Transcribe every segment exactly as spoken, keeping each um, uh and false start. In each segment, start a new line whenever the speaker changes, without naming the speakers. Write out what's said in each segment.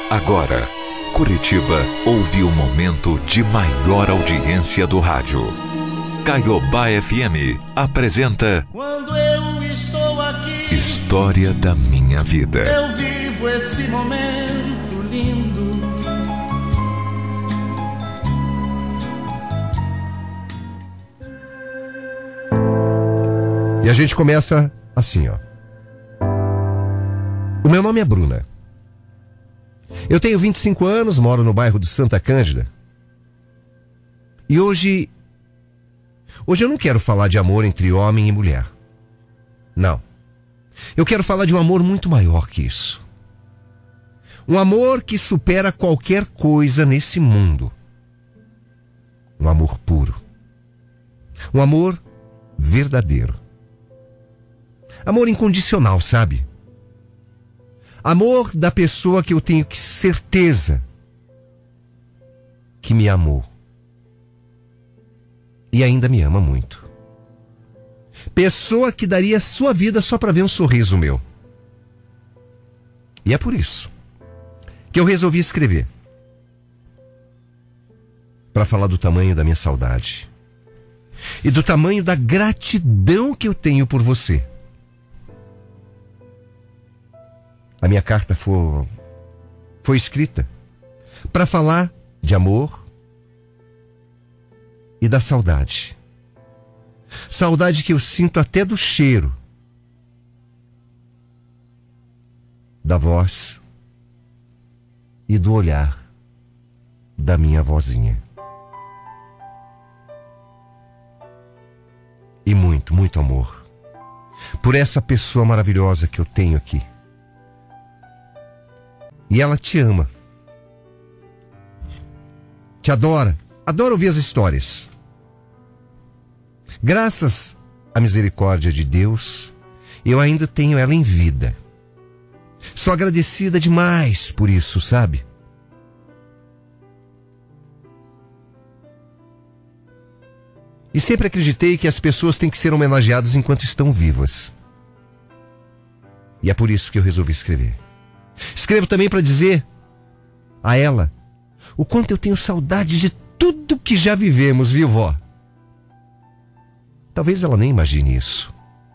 Agora, Curitiba ouve o momento de maior audiência do rádio. Caiobá F M apresenta
Quando eu estou aqui,
História da Minha Vida.
eu vivo esse momento lindo.
E a gente começa assim, ó. O meu nome é Bruna. Eu tenho vinte e cinco anos, moro no bairro de Santa Cândida. E hoje... Hoje eu não quero falar de amor entre homem e mulher. Não. Eu quero falar de um amor muito maior que isso. Um amor que supera qualquer coisa nesse mundo. Um amor puro. Um amor verdadeiro. Amor incondicional, sabe? Amor da pessoa que eu tenho certeza que me amou. E ainda me ama muito. Pessoa que daria sua vida só para ver um sorriso meu. E é por isso que eu resolvi escrever. Para falar do tamanho da minha saudade. E do tamanho da gratidão que eu tenho por você. A minha carta foi, foi escrita para falar de amor e da saudade. Saudade que eu sinto até do cheiro, da voz e do olhar da minha vozinha. E muito, muito amor por essa pessoa maravilhosa que eu tenho aqui. E ela te ama. Te adora. Adora ouvir as histórias. Graças à misericórdia de Deus, eu ainda tenho ela em vida. Sou agradecida demais por isso, sabe? E sempre acreditei que as pessoas têm que ser homenageadas enquanto estão vivas. E é por isso que eu resolvi escrever. Escrevo também para dizer a ela o quanto eu tenho saudade de tudo que já vivemos, viu, vó? Talvez ela nem imagine isso.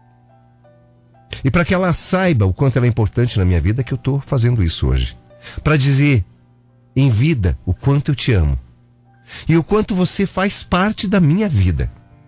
E para que ela saiba o quanto ela é importante na minha vida, que eu estou fazendo isso hoje. Para dizer em vida o quanto eu te amo. E o quanto você faz parte da minha vida.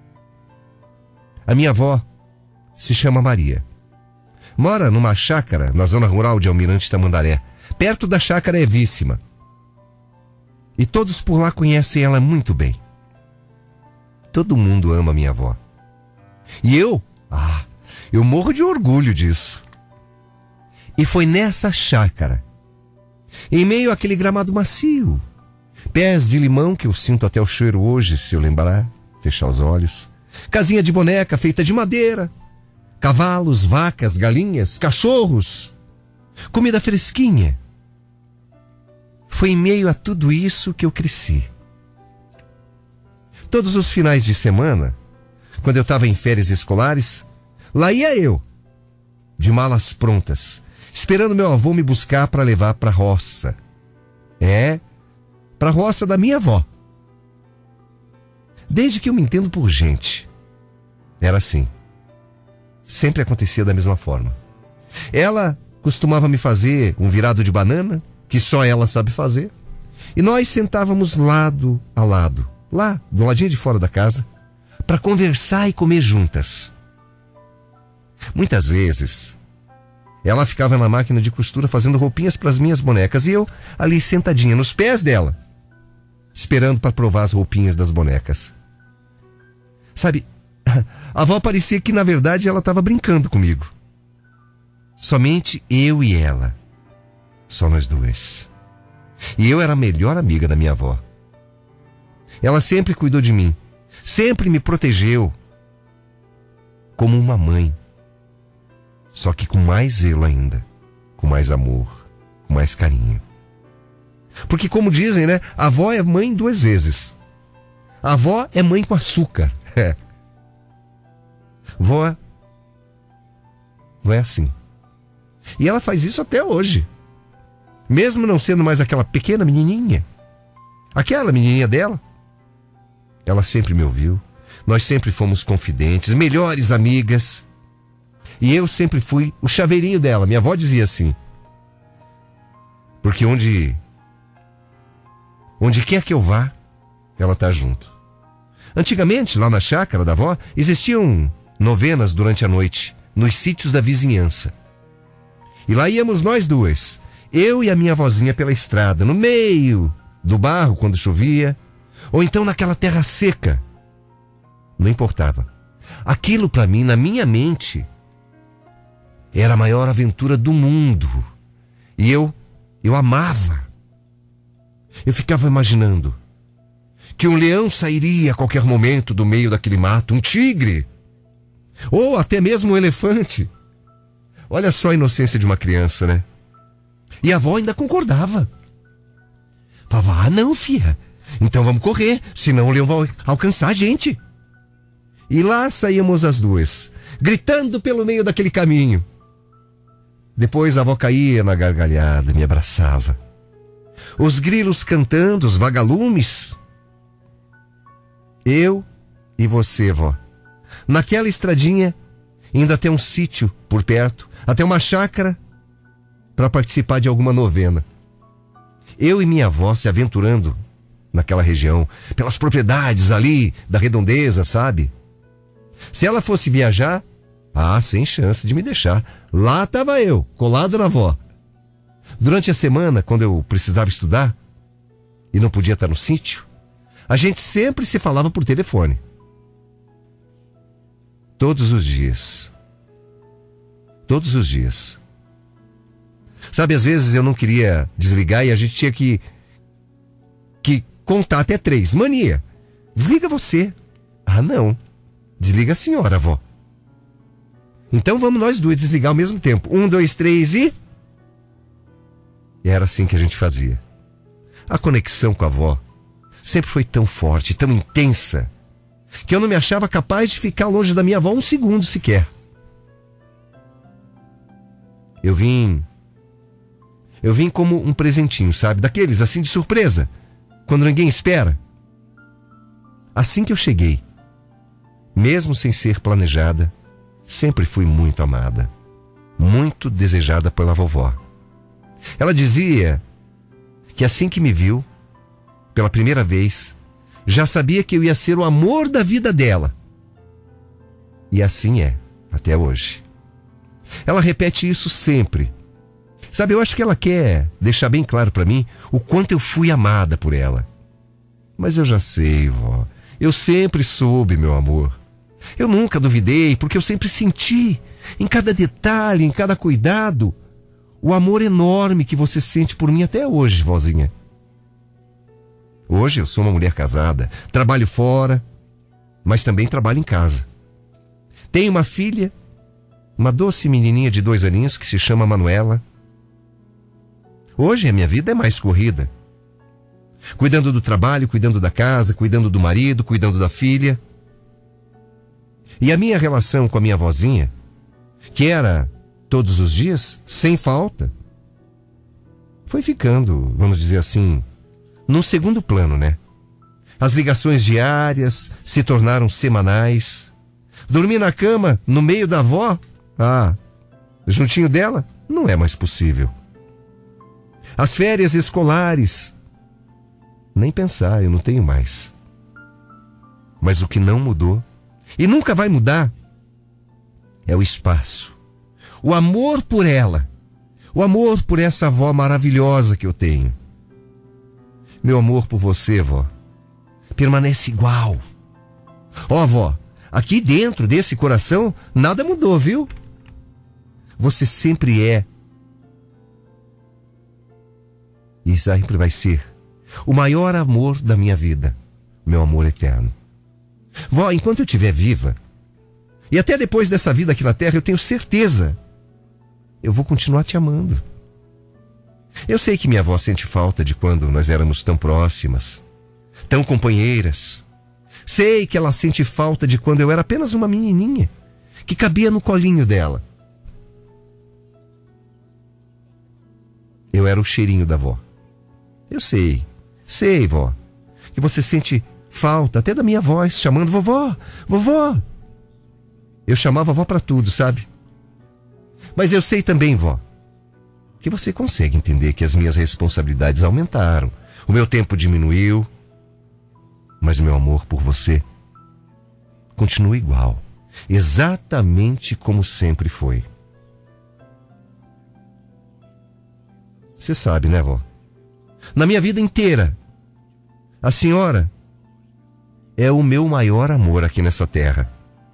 A minha avó se chama Maria. Mora numa chácara na zona rural de Almirante Tamandaré. Perto da chácara Evíssima. E todos por lá conhecem ela muito bem. Todo mundo ama minha avó. E eu? Ah, eu morro de orgulho disso. E foi nessa chácara, em meio àquele gramado macio, pés de limão que eu sinto até o cheiro hoje, se eu lembrar, fechar os olhos, casinha de boneca feita de madeira, cavalos, vacas, galinhas, cachorros, comida fresquinha. Foi em meio a tudo isso que eu cresci. Todos os finais de semana, quando eu estava em férias escolares, lá ia eu, de malas prontas, esperando meu avô me buscar para levar para a roça. É, para a roça da minha avó. Desde que eu me entendo por gente, era assim. Sempre acontecia da mesma forma. Ela costumava me fazer um virado de banana, que só ela sabe fazer, e nós sentávamos lado a lado, lá, do ladinho de fora da casa, para conversar e comer juntas. Muitas vezes, ela ficava na máquina de costura fazendo roupinhas para as minhas bonecas, e eu ali sentadinha nos pés dela, esperando para provar as roupinhas das bonecas. Sabe, a avó parecia que, na verdade, ela estava brincando comigo. Somente eu e ela. Só nós dois. E eu era a melhor amiga da minha avó. Ela sempre cuidou de mim. Sempre me protegeu. Como uma mãe. Só que com mais zelo ainda. Com mais amor. Com mais carinho. Porque, como dizem, né? A avó é mãe duas vezes. A avó é mãe com açúcar. É. Vó, vó é assim. E ela faz isso até hoje. Mesmo não sendo mais aquela pequena menininha, aquela menininha dela, ela sempre me ouviu. Nós sempre fomos confidentes, melhores amigas. E eu sempre fui o chaveirinho dela. Minha avó dizia assim. Porque onde, onde quer que eu vá, ela tá junto. Antigamente, lá na chácara da avó, existiam novenas durante a noite, nos sítios da vizinhança. E lá íamos nós duas, eu e a minha vozinha pela estrada, no meio do barro quando chovia, ou então naquela terra seca. Não importava. Aquilo para mim, na minha mente, era a maior aventura do mundo. E eu, eu amava. Eu ficava imaginando que um leão sairia a qualquer momento do meio daquele mato, um tigre, ou até mesmo um elefante. Olha só a inocência de uma criança, né? E a avó ainda concordava. Falava, ah não, filha, então vamos correr, senão o leão vai alcançar a gente. E lá saíamos as duas, gritando pelo meio daquele caminho. Depois a avó caía na gargalhada, me abraçava. Os grilos cantando, os vagalumes. Eu e você, vó, naquela estradinha, indo até um sítio por perto, até uma chácara, para participar de alguma novena. Eu e minha avó se aventurando naquela região, pelas propriedades ali da redondeza, sabe? Se ela fosse viajar, ah, sem chance de me deixar. Lá estava eu, colado na avó. Durante a semana, quando eu precisava estudar e não podia estar no sítio, a gente sempre se falava por telefone. Todos os dias. Todos os dias. Sabe, às vezes eu não queria desligar e a gente tinha que, que contar até três. Mania. Desliga você. Ah, não. Desliga a senhora, avó. Então vamos nós dois desligar ao mesmo tempo. Um, dois, três e... E era assim que a gente fazia. A conexão com a avó sempre foi tão forte, tão intensa, que eu não me achava capaz de ficar longe da minha avó um segundo sequer. Eu vim... Eu vim como um presentinho, sabe? Daqueles, assim, de surpresa, quando ninguém espera. Assim que eu cheguei, mesmo sem ser planejada, sempre fui muito amada, muito desejada pela vovó. Ela dizia que assim que me viu, pela primeira vez, já sabia que eu ia ser o amor da vida dela. E assim é, até hoje. Ela repete isso sempre. Sabe, eu acho que ela quer deixar bem claro para mim o quanto eu fui amada por ela. Mas eu já sei, vó. Eu sempre soube, meu amor. Eu nunca duvidei, porque eu sempre senti, em cada detalhe, em cada cuidado, o amor enorme que você sente por mim até hoje, vozinha. Hoje eu sou uma mulher casada, trabalho fora, mas também trabalho em casa. Tenho uma filha, uma doce menininha de dois aninhos que se chama Manuela. Hoje a minha vida é mais corrida. Cuidando do trabalho, cuidando da casa, cuidando do marido, cuidando da filha. E a minha relação com a minha vozinha, que era todos os dias, sem falta, foi ficando, vamos dizer assim, num segundo plano, né? As ligações diárias se tornaram semanais. Dormir na cama, no meio da avó, ah, juntinho dela, não é mais possível. As férias escolares, nem pensar, eu não tenho mais. Mas o que não mudou, e nunca vai mudar, é o espaço. O amor por ela. O amor por essa avó maravilhosa que eu tenho. Meu amor por você, vó, permanece igual. Ó, vó, aqui dentro desse coração, nada mudou, viu? Você sempre é e sempre vai ser o maior amor da minha vida, meu amor eterno. Vó, enquanto eu estiver viva, e até depois dessa vida aqui na Terra, eu tenho certeza, eu vou continuar te amando. Eu sei que minha avó sente falta de quando nós éramos tão próximas, tão companheiras. Sei que ela sente falta de quando eu era apenas uma menininha, que cabia no colinho dela. Eu eu era o cheirinho da vó. Eu sei, sei, vó, que você sente falta até da minha voz, chamando vovó, vovó. Eu chamava a vó pra tudo, sabe? Mas eu sei também, vó, que você consegue entender que as minhas responsabilidades aumentaram, o meu tempo diminuiu, mas o meu amor por você continua igual, exatamente como sempre foi. Você sabe, né, vó? Na minha vida inteira, a senhora é o meu maior amor aqui nessa terra.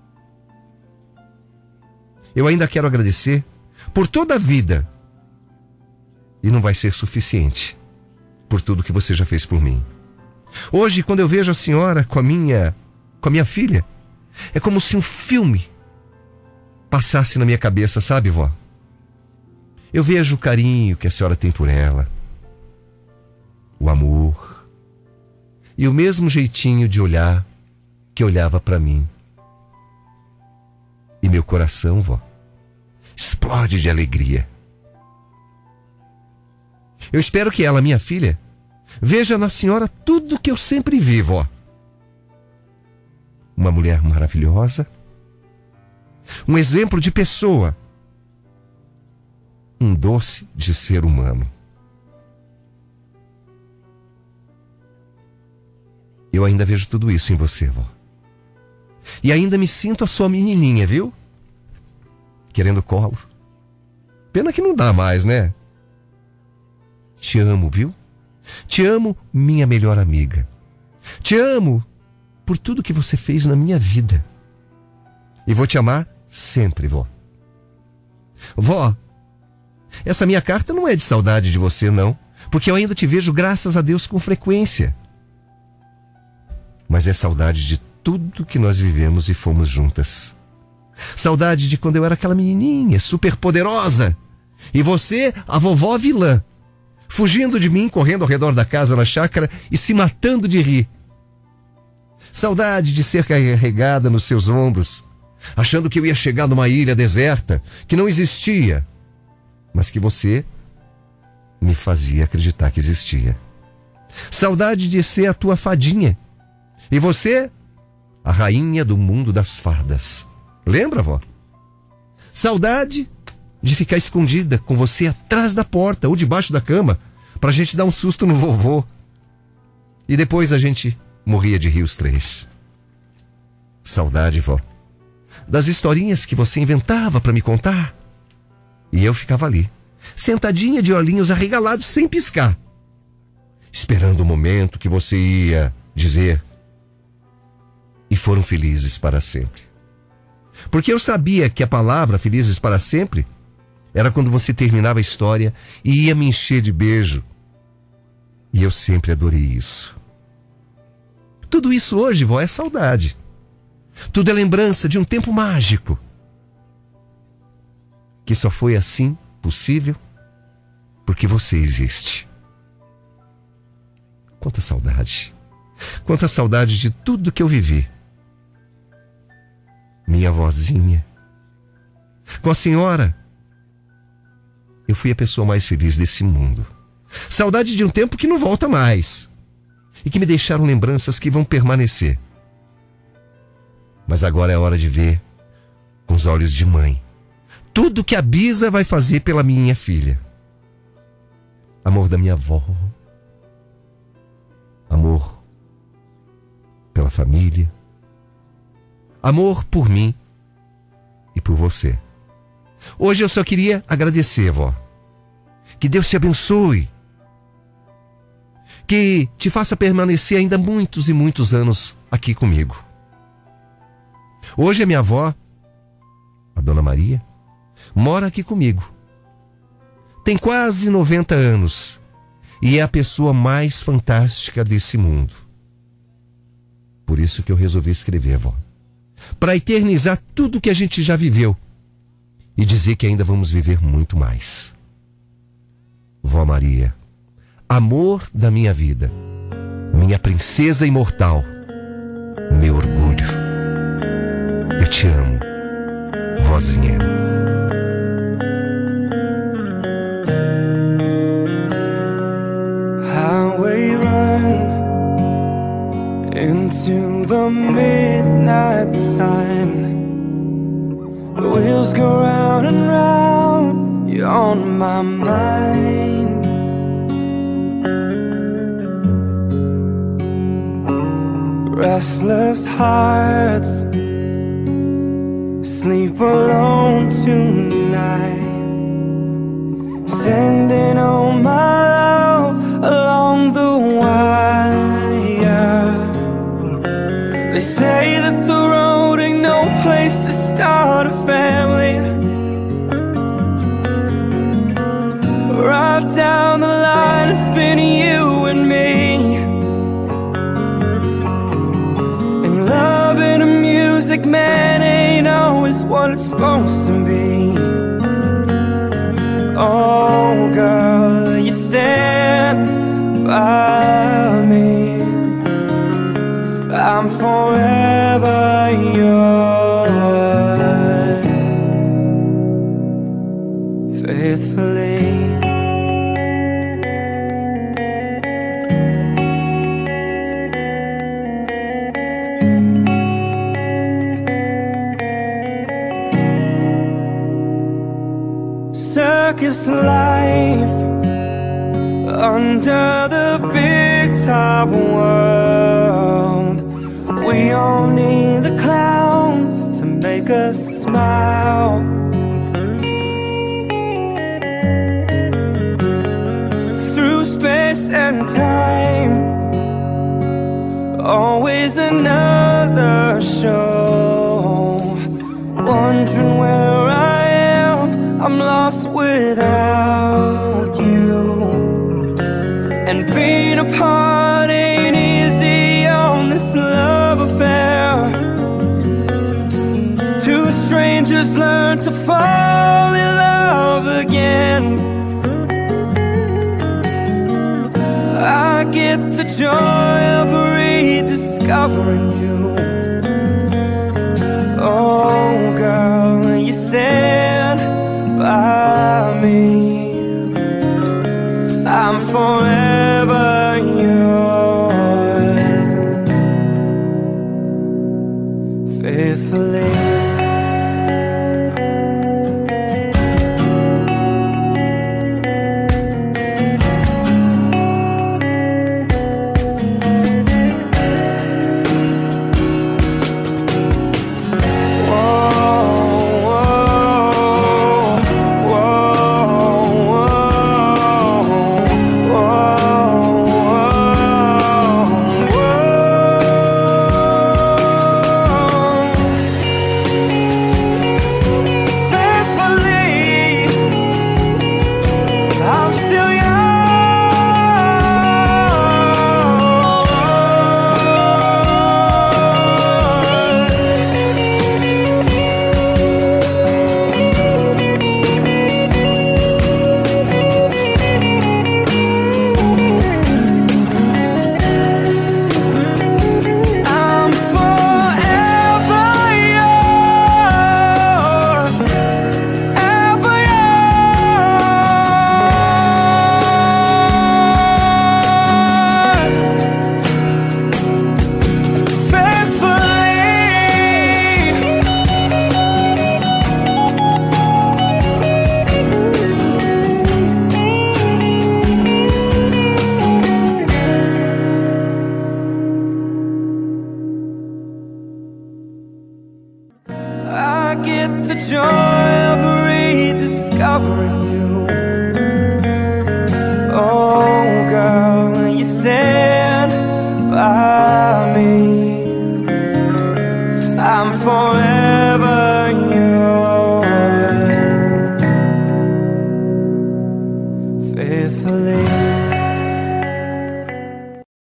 Eu ainda quero agradecer por toda a vida. E não vai ser suficiente por tudo que você já fez por mim. Hoje, quando eu vejo a senhora com a minha, com a minha filha, é como se um filme passasse na minha cabeça, sabe, vó? Eu vejo o carinho que a senhora tem por ela, o amor e o mesmo jeitinho de olhar que olhava para mim. E meu coração, vó, explode de alegria. Eu espero que ela, minha filha, veja na senhora tudo que eu sempre vi, vó. Uma mulher maravilhosa, um exemplo de pessoa, um doce de ser humano. Eu ainda vejo tudo isso em você, vó. E ainda me sinto a sua menininha, viu? Querendo colo. Pena que não dá mais, né? Te amo, viu? Te amo, minha melhor amiga. Te amo por tudo que você fez na minha vida. E vou te amar sempre, vó. Vó, essa minha carta não é de saudade de você, não. Porque eu ainda te vejo, graças a Deus, com frequência. Mas é saudade de tudo que nós vivemos e fomos juntas. Saudade de quando eu era aquela menininha super poderosa e você, a vovó vilã, fugindo de mim, correndo ao redor da casa na chácara e se matando de rir. Saudade de ser carregada nos seus ombros, achando que eu ia chegar numa ilha deserta que não existia, mas que você me fazia acreditar que existia. Saudade de ser a tua fadinha e você, a rainha do mundo das fadas. Lembra, vó? Saudade de ficar escondida com você atrás da porta ou debaixo da cama pra gente dar um susto no vovô. E depois a gente morria de rir os três. Saudade, vó, das historinhas que você inventava pra me contar. E eu ficava ali, sentadinha de olhinhos arregalados sem piscar, esperando o momento que você ia dizer: e foram felizes para sempre. Porque eu sabia que a palavra felizes para sempre era quando você terminava a história e ia me encher de beijo. E eu sempre adorei isso. Tudo isso hoje, vó, é saudade. Tudo é lembrança de um tempo mágico, que só foi assim possível porque você existe. Quanta saudade. Quanta saudade de tudo que eu vivi. Minha vozinha. Com a senhora, eu fui a pessoa mais feliz desse mundo. Saudade de um tempo que não volta mais e que me deixaram lembranças que vão permanecer. Mas agora é hora de ver com os olhos de mãe tudo que a Bisa vai fazer pela minha filha. Amor da minha avó. Amor pela família. Amor por mim e por você. Hoje eu só queria agradecer, vó. Que Deus te abençoe. Que te faça permanecer ainda muitos e muitos anos aqui comigo. Hoje a minha avó, a Dona Maria, mora aqui comigo. Tem quase noventa anos e é a pessoa mais fantástica desse mundo. Por isso que eu resolvi escrever, vó. Para eternizar tudo que a gente já viveu e dizer que ainda vamos viver muito mais. Vó Maria, amor da minha vida, minha princesa imortal, meu orgulho. Eu te amo, vozinha.
midnight sun. The wheels go round and round, you're on my mind. Restless hearts sleep alone tonight, sending all my love along the wire. They say that the road ain't no place to start a family. Right down the line, it's been you and me. And loving a music man ain't always what it's supposed to be. Oh girl, you stand by me, I'm forever yours, faithfully. Circus life under the big top world. We all need the clowns to make us smile. Through space and time, always another show. Wondering where I am, I'm lost without you. And being apart ain't easy on this love affair. Two strangers learn to fall in love again. I get the joy of rediscovering you. Oh girl, you stand by me, I'm forever yours, faithfully. I get the joy of rediscovering you.